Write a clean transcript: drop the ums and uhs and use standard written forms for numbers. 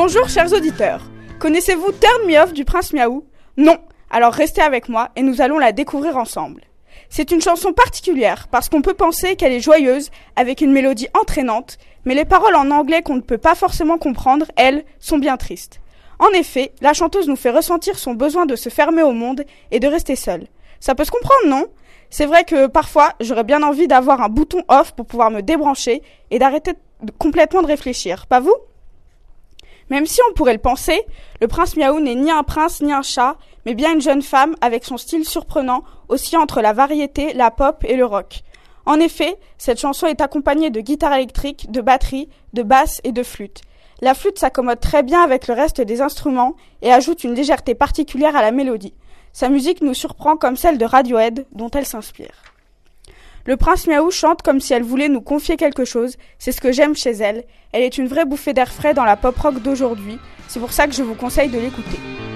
Bonjour chers auditeurs, connaissez-vous Turn Me Off du Prince Miaou ? Non, alors restez avec moi et nous allons la découvrir ensemble. C'est une chanson particulière parce qu'on peut penser qu'elle est joyeuse avec une mélodie entraînante, mais les paroles en anglais qu'on ne peut pas forcément comprendre, elles, sont bien tristes. En effet, la chanteuse nous fait ressentir son besoin de se fermer au monde et de rester seule. Ça peut se comprendre, non ? C'est vrai que parfois, j'aurais bien envie d'avoir un bouton off pour pouvoir me débrancher et d'arrêter complètement de réfléchir, pas vous ? Même si on pourrait le penser, le prince Miaou n'est ni un prince ni un chat, mais bien une jeune femme avec son style surprenant, aussi entre la variété, la pop et le rock. En effet, cette chanson est accompagnée de guitare électrique, de batterie, de basse et de flûte. La flûte s'accommode très bien avec le reste des instruments et ajoute une légèreté particulière à la mélodie. Sa musique nous surprend comme celle de Radiohead, dont elle s'inspire. Le prince Miaou chante comme si elle voulait nous confier quelque chose, c'est ce que j'aime chez elle. Elle est une vraie bouffée d'air frais dans la pop rock d'aujourd'hui, c'est pour ça que je vous conseille de l'écouter.